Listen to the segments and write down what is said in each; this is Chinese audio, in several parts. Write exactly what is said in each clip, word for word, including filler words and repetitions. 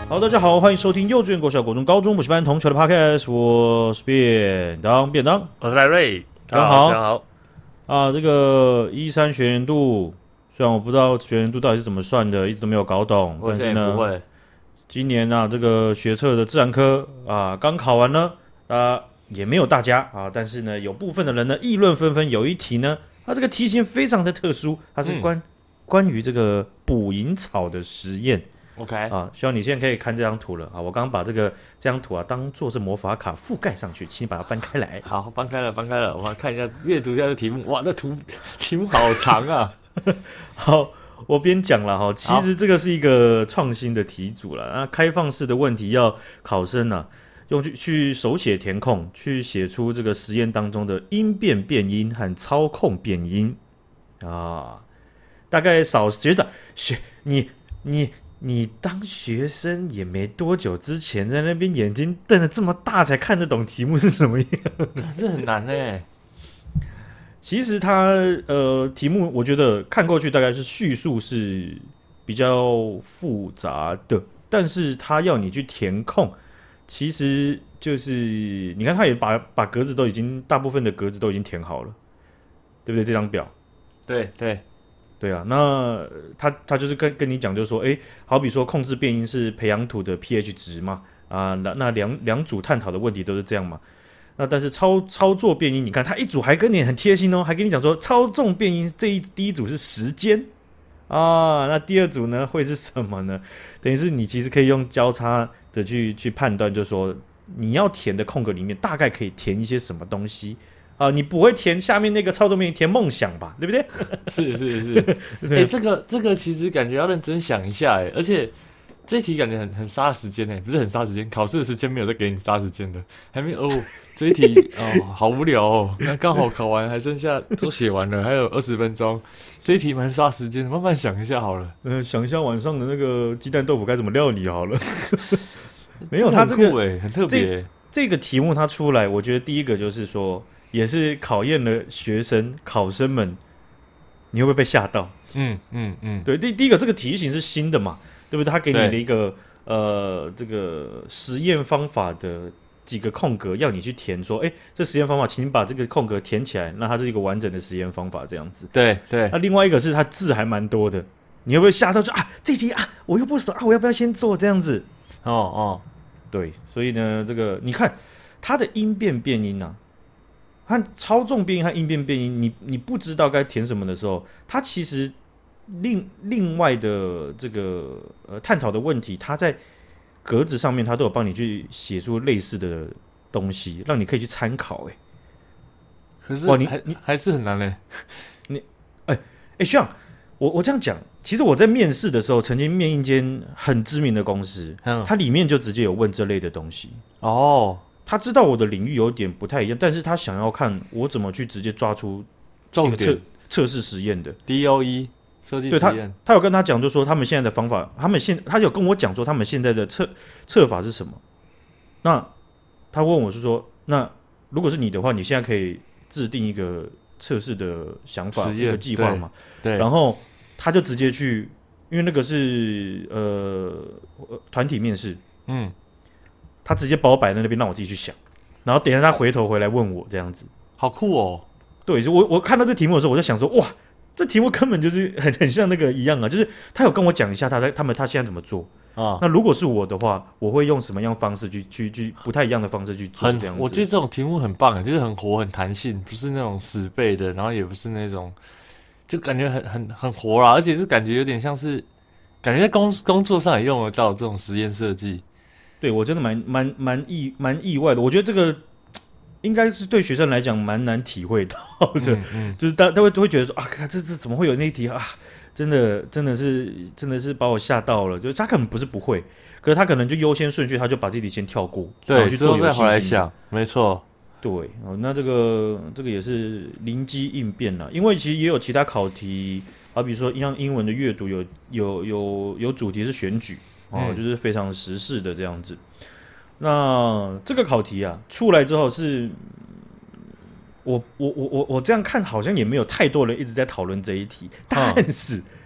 好，大家好，欢迎收听幼稚园、国小、国中、高中补习班同学的 podcast， 我是便当便当， 我是赖瑞， 刚好， 刚好啊，这个一三学年度，虽然我不知道学年度到底是怎么算的，一直都没有搞懂，但是呢， 不会今年啊，这个学测的自然科啊刚考完呢，啊也没有大家啊，但是呢，有部分的人呢议论纷纷，有一题呢，它这个题型非常的特殊，它是关、嗯、关于这个捕蝇草的实验。 OK 啊，希望你现在可以看这张图了啊！我刚刚把这个这张图啊当做是魔法卡覆盖上去，请你把它翻开来。 好，翻开了，翻开了，我看一下，阅读一下这题目。哇，这图题目好长啊！ 好，我边讲了哈，其实这个是一个创新的题组了。那开放式的问题要考生啊用去去手写填空，去写出这个实验当中的因变变因和操控变因啊。大概少觉得学你你。你当学生也没多久之前，在那边眼睛瞪得这么大，才看得懂题目是什么样。 这很难耶。 其实它呃题目，我觉得看过去大概是叙述是比较复杂的，但是它要你去填空，其实就是你看，它也把把格子都已经大部分的格子都已经填好了，对不对？这张表， 对对。 对啊，那他他就是跟跟你讲，就是说，哎，好比说控制变因是培养土的 pH 值嘛，啊，那那两两组探讨的问题都是这样嘛。那但是操操作变因，你看他一组还跟你很贴心哦，还跟你讲说操纵变因这一第一组是时间啊，那第二组呢会是什么呢？等于是你其实可以用交叉的去去判断，就是说你要填的空格里面大概可以填一些什么东西。啊、呃，你不会填下面那个操作面填梦想吧？对不对？ 是是是，哎、欸，这个这个其实感觉要认真想一下哎，而且这一题感觉很很杀时间哎，不是很杀时间，考试的时间没有在给你杀时间的，还没有哦。这一题哦，好无聊哦，那刚好考完，还剩下都写完了，还有二十分钟，这一题蛮杀时间的，慢慢想一下好了。 呃，想一下晚上的那个鸡蛋豆腐该怎么料理好了。没有， 它这个哎，很特别。 这个题目它出来，我觉得第一个就是说。也是考验了学生考生们，你会不会被吓到？ 嗯嗯嗯， 对，第第一个这个题型是新的嘛，对不对？他给你的一个呃这个实验方法的几个空格，要你去填，说，哎，这实验方法，请把这个空格填起来，那它是一个完整的实验方法这样子。 对对。 那另外一个是它字还蛮多的，你会不会吓到就啊这题啊我又不熟啊，我要不要先做这样子？ 哦哦， 对，所以呢，这个你看它的因变变因啊。和操纵变因和应变变因，你你不知道该填什么的时候，它其实另另外的这个呃探讨的问题，它在格子上面，它都有帮你去写出类似的东西，让你可以去参考。哎， 可是哇，你你还是很难嘞。 你哎哎，学长，我我这样讲，其实我在面试的时候，曾经面一间很知名的公司，嗯、它里面就直接有问这类的东西。 哦。 他知道我的领域有点不太一样，但是他想要看我怎么去直接抓出重点测试实验的 D O E 设计实验。 他他有跟他讲，就说他们现在的方法，他们现他有跟我讲说他们现在的测测法是什么。那他问我是说，那如果是你的话，你现在可以制定一个测试的想法一个计划嘛？ 对。 然后他就直接去，因为那个是呃团体面试，嗯。他直接把我摆在那边，让我自己去想，然后等一下他回头回来问我这样子， 好酷哦！ 对，就我我看到这题目的时候，我就想说，哇，这题目根本就是很很像那个一样啊，就是他有跟我讲一下他在他们他现在怎么做啊。那如果是我的话，我会用什么样方式去去去不太一样的方式去做这样子。 我觉得这种题目很棒，就是很活很弹性，不是那种死背的，然后也不是那种就感觉很很很活啦，而且是感觉有点像是感觉在工工作上也用得到这种实验设计。 对，我真的蛮蛮蛮意蛮意外的。我觉得这个应该是对学生来讲蛮难体会到的，嗯嗯、就是他他会会觉得说啊，这这怎么会有那一题啊？真的真的是真的是把我吓到了。就是他可能不是不会，可是他可能就优先顺序，他就把这题先跳过， 对， 去做之后再回来想，没错。 对，哦，那这个这个也是灵机应变啦，因为其实也有其他考题，好比说像英文的阅读有有有有主题是选举。哦，嗯、就是非常时事的这样子。那这个考题啊出来之后是，我我我我我这样看好像也没有太多人一直在讨论这一题，但是、嗯、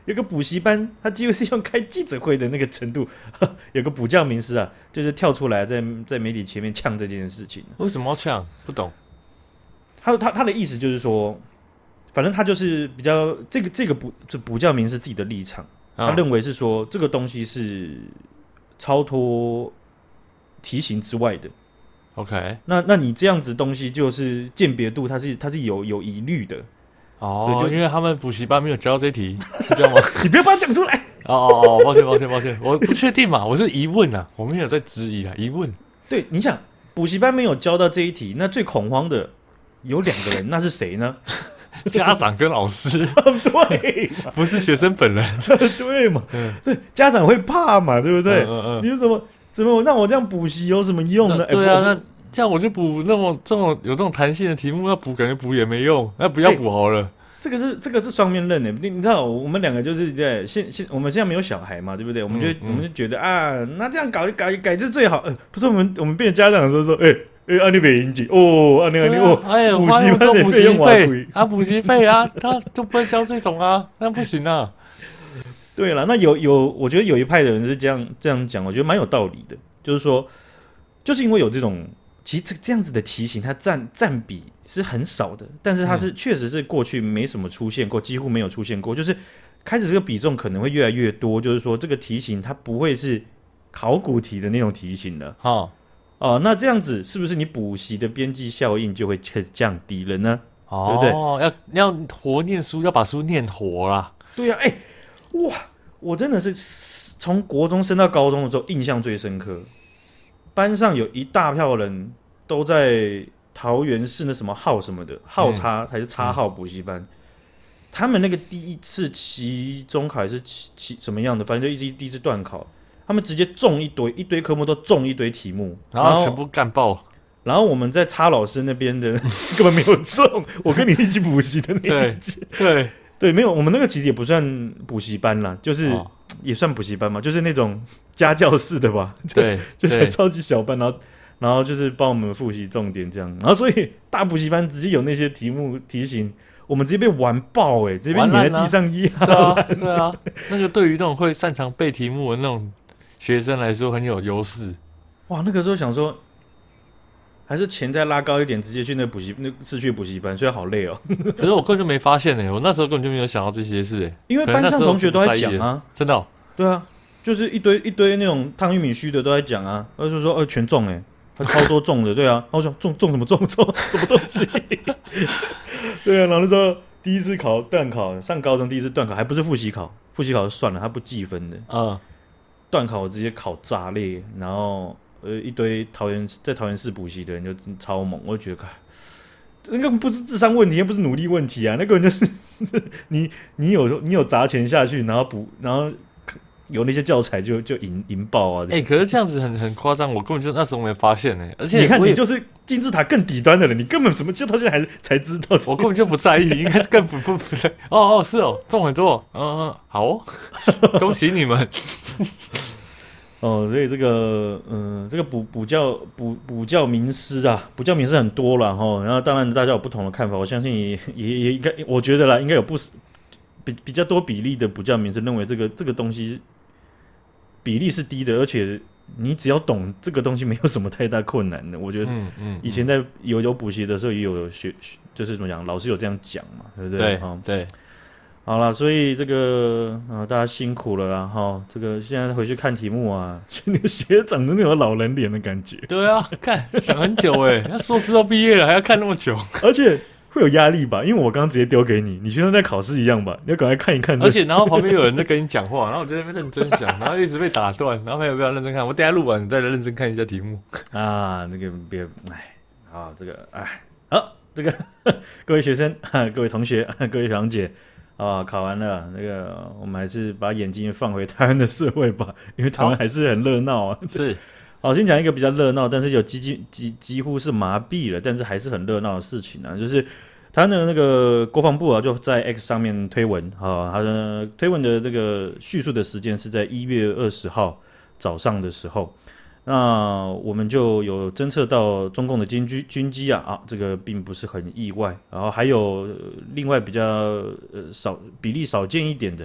有个补习班，他几乎是用开记者会的那个程度，有个补教名师啊，就是跳出来在在媒体前面呛这件事情。 为什么要呛？不懂。 他他他的意思就是说，反正他就是比较这个这个补这补教名师自己的立场，他认为是说这个东西是超脱题型之外的。 OK， 那那你这样子东西就是鉴别度，它是它是有有疑虑的。 哦，因为他们补习班没有教这题，是这样吗？ 你不要把它讲出来。 哦哦哦，抱歉抱歉抱歉，我不确定嘛，我是疑问啊，我没有在质疑啊，疑问。 对，你想补习班没有教到这一题，那最恐慌的有两个人，那是谁呢？ 家长跟老师。 对， 不是学生本人。 对嘛？对，家长会怕嘛，对不对？ 嗯嗯嗯， 你怎么怎么让我这样补习有什么用呢？ 对啊，那这样我就补那么这种有这种弹性的题目，要补感觉补也没用，那不要补好了。 这个是这个是双面刃的，你你知道，我们两个就是在现现我们现在没有小孩嘛，对不对？我们就、嗯嗯、我们就觉得啊，那这样搞改改就最好。呃、不是我们我们变家长的时候说，哎、欸。哎，安利北引起哦，安利安利哦， 哎， 补习班的费用费啊，补习费啊，他就不会教这种啊，那不行啊。 对了，那有有，我觉得有一派的人是这样这样讲，我觉得蛮有道理的，就是说，就是因为有这种，其实这这样子的题型，它占占比是很少的，但是它是确、嗯、实是过去没什么出现过，几乎没有出现过，就是开始这个比重可能会越来越多，就是说这个题型它不会是考古题的那种题型了， 好。 哦，那这样子是不是你补习的边际效应就会开始降低了呢？ 哦，对不对？要要活念书，要把书念活啦。 对呀、啊，哎、欸，哇，我真的是从国中升到高中的时候印象最深刻，班上有一大票人都在桃园市那什么号什么的号差、嗯、还是差号补习班、嗯，他们那个第一次期中考还是期期什么样的，反正就一第一次段考。他们直接中一堆一堆科目都中一堆题目， 然后全部干爆。 然后我们在差老师那边的根本没有中，我跟你一起补习的那一届， 对对对，没有，我们那个其实也不算补习班啦，就是、哦、也算补习班嘛，就是那种家教式的吧， 对， 就是超级小班，然后然后就是帮我们复习重点这样，然后所以大补习班直接有那些题目题型。我们直接被玩爆哎、欸，直接被碾在地上压、啊。 对啊，对啊，那个对于那种会擅长背题目的那种学生来说很有优势。 哇，那个时候想说，还是钱再拉高一点，直接去那补习那市区补习班，虽然好累哦。 可是我根本就没发现哎、欸，我那时候根本就没有想到这些事哎、欸， 因为班上同学都在讲啊， 真的、哦。 对啊，就是一堆一堆那种烫玉米须的都在讲啊，他就说呃全中哎、欸。他超多中的，对啊，然后我想中中什么中中什么东西？对啊，然后那时候第一次考段考，上高中第一次段考还不是复习考，复习考就算了，他不计分的。嗯，段考我直接考炸裂，然后呃一堆桃园在桃园市补习的人就超猛，我就觉得，那个不是智商问题，又不是努力问题啊，那个人就是你你有你有砸钱下去，然后补，然后。有那些教材就就引引爆啊！ 哎、欸，可是这样子很很夸张，我根本就那时候没发现哎、欸。而且你看，你就是金字塔更底端的人，你根本什么，就到现在还是才知道。 我根本就不在意，应该是更不不不在意。哦哦，是哦，中很多，嗯嗯，好哦，恭喜你们。 哦，所以这个嗯、呃，这个补补教补补教名师啊，补教名师很多了哈。然后当然大家有不同的看法，我相信也也也应该，我觉得啦，应该有不比比较多比例的补教名师认为这个这个东西。比例是低的，而且你只要懂这个东西，没有什么太大困难的。我觉得，嗯嗯，以前在有有补习的时候，也有学，就是怎么讲，老师有这样讲嘛，对不对？ 对，哦、对。 好了，所以这个啊、呃，大家辛苦了啦，哈。这个现在回去看题目啊，那个学长的那种老人脸的感觉。 对啊，看想很久哎，他硕士都毕业了，还要看那么久， 而且。会有压力吧？因为我刚刚直接丢给你，你学生在考试一样吧？你要赶快看一看。 而且，然后旁边有人在跟你讲话，然后我就在那边认真想，然后一直被打断，然后还有不要认真看。我等一下录完，你再来认真看一下题目啊。那个别，哎，好，这个，哎，好，这个各位学生、各位同学、各位堂姐啊，考完了，那个我们还是把眼睛放回台湾的社会吧，因为台湾还是很热闹啊。 是。 好，先讲一个比较热闹，但是有几几几几乎是麻痹了，但是还是很热闹的事情啊，就是他的那个国防部啊，就在 X 上面推文啊，他的推文的这个叙述的时间是在一月二十号早上的时候，那我们就有侦测到中共的军机军机啊啊，这个并不是很意外，然后还有另外比较呃少比例少见一点的。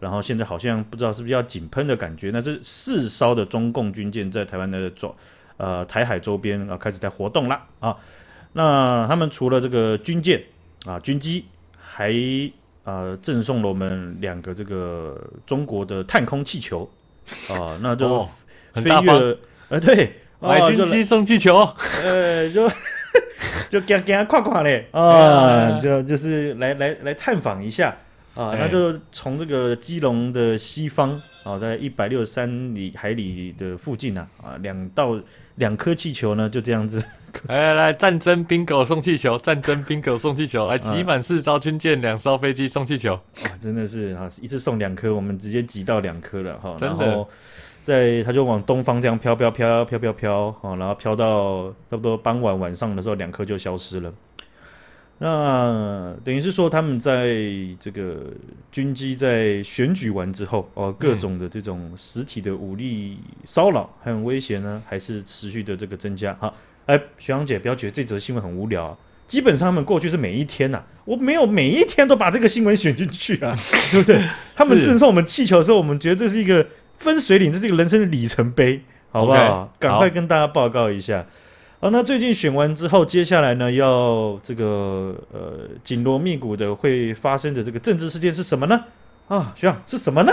然后现在好像不知道是不是要井喷的感觉。那这四艘的中共军舰在台湾的周呃台海周边啊开始在活动啦啊。那他们除了这个军舰啊军机，还啊赠送了我们两个这个中国的探空气球啊，那就哦、 飞越了呃对。 买军机送气球， 呃，就就给给他跨跨嘞啊，就就是来来来探访一下啊，那就从这个基隆的西方啊，在一百六十三里海里的附近啊，啊，两到两颗气球呢，就这样子。 来来来，战争 bingo 送气球，战争 bingo 送气球，来集满四艘军舰、两艘飞机送气球， 哇，真的是啊，一次送两颗，我们直接集到两颗了哈， 真的。 在它就往东方这样飘飘飘飘飘飘，哦，然后飘到差不多傍晚晚上的时候，两颗就消失了。那等于是说，他们在这个军机在选举完之后，哦，各种的这种实体的武力骚扰还有威胁呢，还是持续的这个增加。哈，哎，学长姐不要觉得这则新闻很无聊啊。基本上他们过去是每一天呐、啊，我没有每一天都把这个新闻选进去啊，对不对？他们赠送我们气球的时候，我们觉得这是一个分水岭，这是一个人生的里程碑，好不好？赶、okay, 快跟大家报告一下。好，那最近选完之后，接下来呢，要这个呃紧锣密鼓的会发生的这个政治事件是什么呢？啊，学长是什么呢？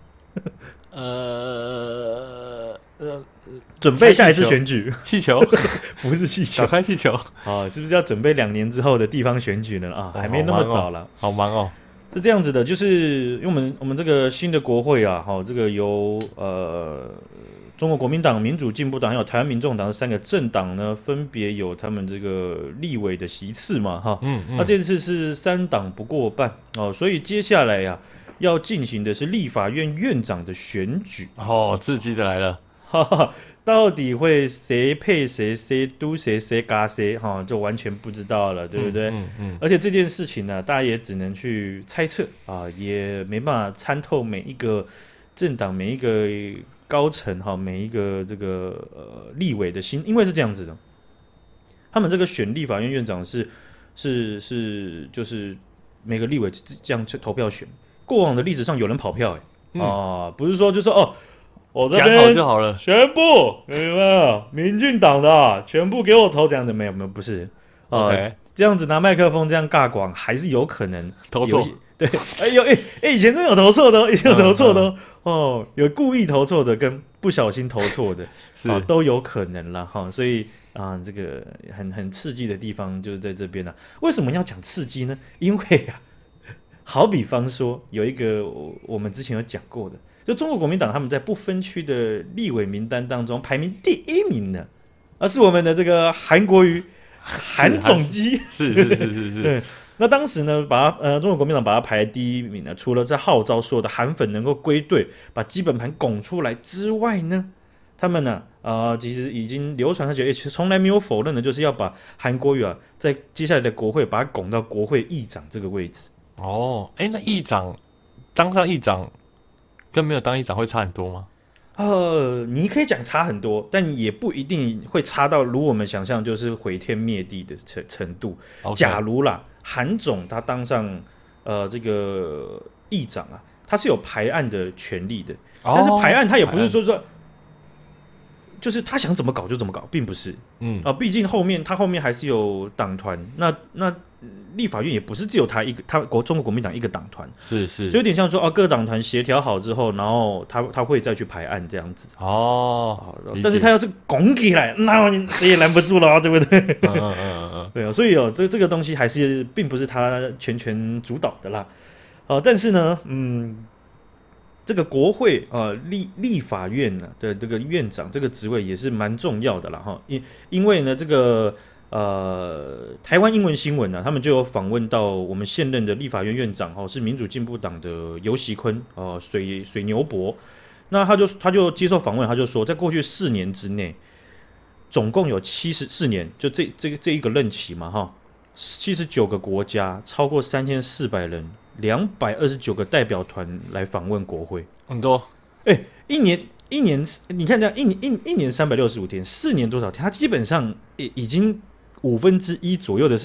呃呃， 准备下一次选举， 气球不是气球， 小开气球啊，是不是要准备两年之后的地方选举呢？啊，还没那么早了， 好忙哦。 是这样子的，就是因为我们我们这个新的国会啊，好，这个由呃中国国民党、民主进步党还有台湾民众党这三个政党呢，分别有他们这个立委的席次嘛，哈，嗯嗯，那这次是三党不过半哦，所以接下来呀、啊、要进行的是立法院院长的选举哦，刺激的来了， 哈哈。到底会谁配谁，谁督谁，谁嘎谁，哈，就完全不知道了，对不对？嗯嗯嗯、而且这件事情呢，大家也只能去猜测啊，也没办法参透每一个政党、每一个高层哈、每一个这个呃立委的心，因为是这样子的，他们这个选立法院院长是是是就是每个立委这样投票选，过往的历史上有人跑票、欸嗯、啊，不是说就说哦。我这边讲好就好了， 全部有没有民进党的、啊、全部给我投这样的没有没有不是啊、呃 okay. 这样子拿麦克风这样尬广还是有可能投错， 对，哎呦哎哎以前真有投错的、哦，以前有投错的、哦嗯嗯、哦，有故意投错的跟不小心投错的是、啊、都有可能啦哈，所以啊这个很很刺激的地方就是在这边啦、啊。为什么要讲刺激呢？因为啊，好比方说有一个我们之前有讲过的。就中国国民党他们在不分区的立委名单当中排名第一名呢，而是我们的这个韩国瑜韩总机， 是是是是是。 对，那当时呢，把他呃中国国民党把他排第一名呢，除了在号召所有的韩粉能够归队，把基本盘拱出来之外呢，他们呢啊、呃、其实已经流传很久，也从来没有否认的，就是要把韩国瑜啊在接下来的国会把他拱到国会议长这个位置。 哦，哎，那议长当上议长。跟没有当议长会差很多吗？ 呃，你可以讲差很多，但也不一定会差到如我们想象就是毁天灭地的程程度。Okay. 假如啦，韩总他当上呃这个议长啊，他是有排案的权利的，哦、但是排案他也不是说说，就是他想怎么搞就怎么搞，并不是。嗯啊，毕竟后面他后面还是有党团，那那。立法院也不是只有他一个，他国中国国民党一个党团， 是是， 就有点像说哦，各党团协调好之后，然后他他会再去排案这样子哦。 但是他要是拱起来，那谁也拦不住了、啊，对不对？嗯嗯嗯嗯，对啊，所以哦，这这个东西还是并不是他全权主导的啦。哦、呃，但是呢，嗯，这个国会啊、呃、立立法院呢的这个院长这个职位也是蛮重要的啦哈，因因为呢这个。呃，台湾英文新闻呢、啊，他们就有访问到我们现任的立法院院长哦，是民主进步党的游锡堃哦、呃，水水牛伯。那他就他就接受访问，他就说，在过去四年之内，总共有七十四年，就这这个这一个任期嘛哈，七十九个国家，超过三千四百人，两百二十九个代表团来访问国会， 很多。 哎、欸，一年一年，你看这样一年一一年三百六十五天，四年多少天？他基本上已已经。五分之一左右的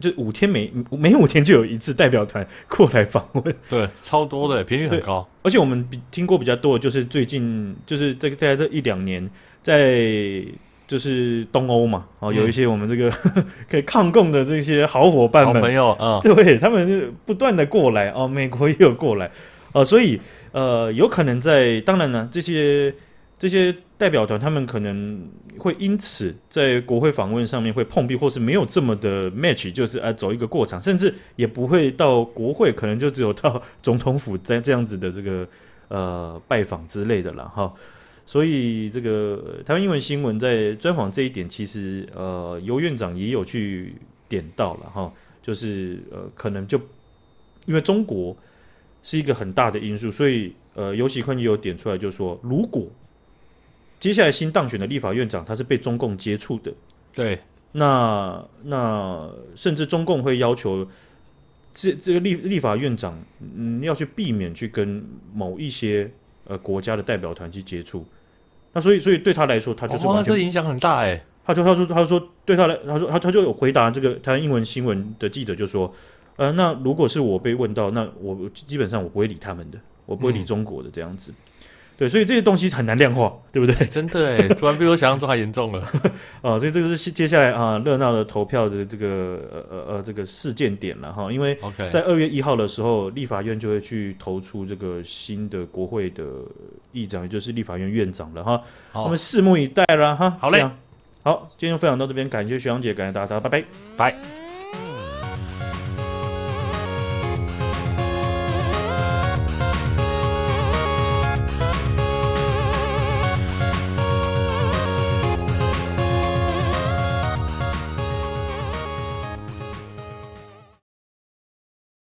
就五天每每五天就有一次代表团过来访问， 对，超多的，频率很高。 而且我们听过比较多的就是最近就是这个在这一两年，在就是东欧嘛，哦，有一些我们这个、嗯、可以抗共的这些好伙伴们， 好朋友，嗯， 对，他们不断的过来哦，美国也有过来，呃，所以呃，有可能在当然呢，这些这些代表团他们可能会因此在国会访问上面会碰壁，或是没有这么的 match， 就是啊走一个过场，甚至也不会到国会，可能就只有到总统府在这样子的这个呃拜访之类的啦，哈。所以这个台湾英文新闻在专访这一点，其实呃尤院长也有去点到了哈，就是呃可能就因为中国是一个很大的因素，所以呃尤锡坤也有点出来，就是说如果接下来新当选的立法院长他是被中共接触的， 对， 那那甚至中共会要求这这个立立法院长嗯要去避免去跟某一些呃国家的代表团去接触。那所以，所以对他来说，他就是完全、 哦、这影响很大哎。 他就他说他说对他来，他说他他就有回答这个台湾英文新闻的记者就说，呃，那如果是我被问到，那我基本上我不会理他们的，我不会理中国的这样子。嗯、对，所以这些东西很难量化，对不对？ 真的哎，突然比我想象中还严重了啊！所以这个是接下来啊热闹的投票的这个呃呃这个事件点了哈，因为在二月一号的时候，立法院就会去投出这个新的国会的议长，也就是立法院院长了哈。我们拭目以待啦哈。 好嘞， 好，今天就分享到这边，感谢学长姐，感谢大家，拜拜， 拜。